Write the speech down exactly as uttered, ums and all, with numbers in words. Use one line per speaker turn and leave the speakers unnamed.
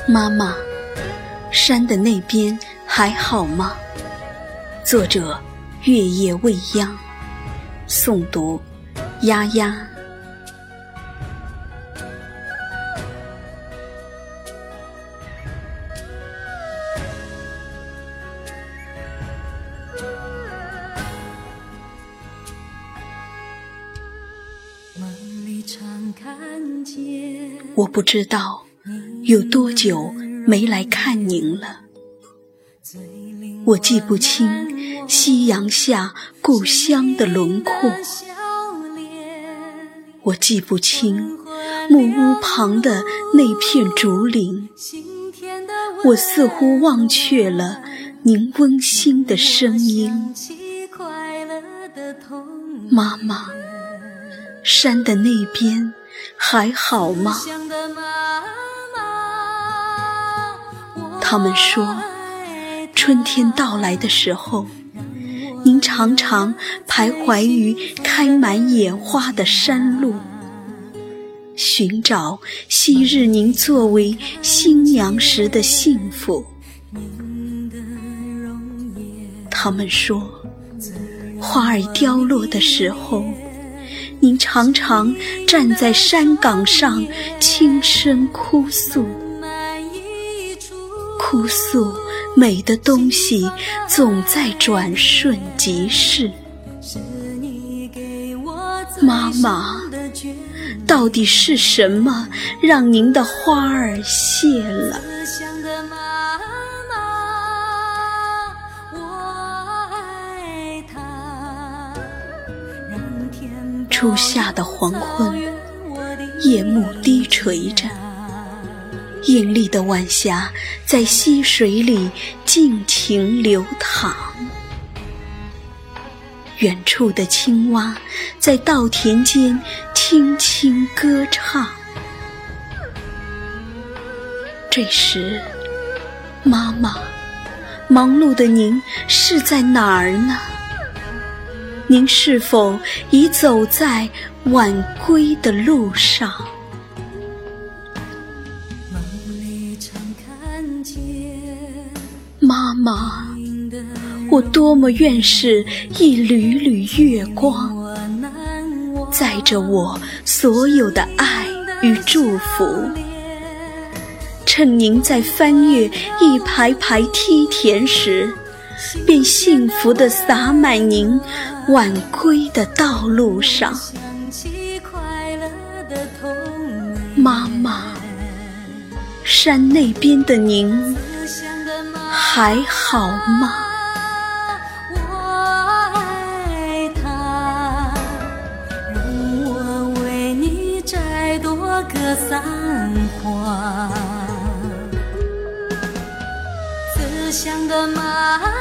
妈妈，山的那边还好吗？作者：月夜未央，诵读：丫丫。我不知道有多久没来看您了，我记不清夕阳下故乡的轮廓，我记不清木屋旁的那片竹林，我似乎忘却了您温馨的声音。妈妈，山的那边还好吗？他们说，春天到来的时候，您常常徘徊于开满野花的山路，寻找昔日您作为新娘时的幸福。他们说，花儿凋落的时候，您常常站在山岗上轻声哭诉，哭诉美的东西总在转瞬即逝。妈妈，到底是什么让您的花儿谢了？初夏的黄昏，夜幕低垂着，艳丽的晚霞在溪水里尽情流淌，远处的青蛙在稻田间轻轻歌唱。这时，妈妈，忙碌的您是在哪儿呢？您是否已走在晚归的路上？妈妈，我多么愿是一缕缕月光，载着我所有的爱与祝福，趁您在翻越一排排梯田时，便幸福地洒满您晚归的道路上。妈妈，山那边的您还好吗？
我爱他，让我为你摘多个散花。思乡的妈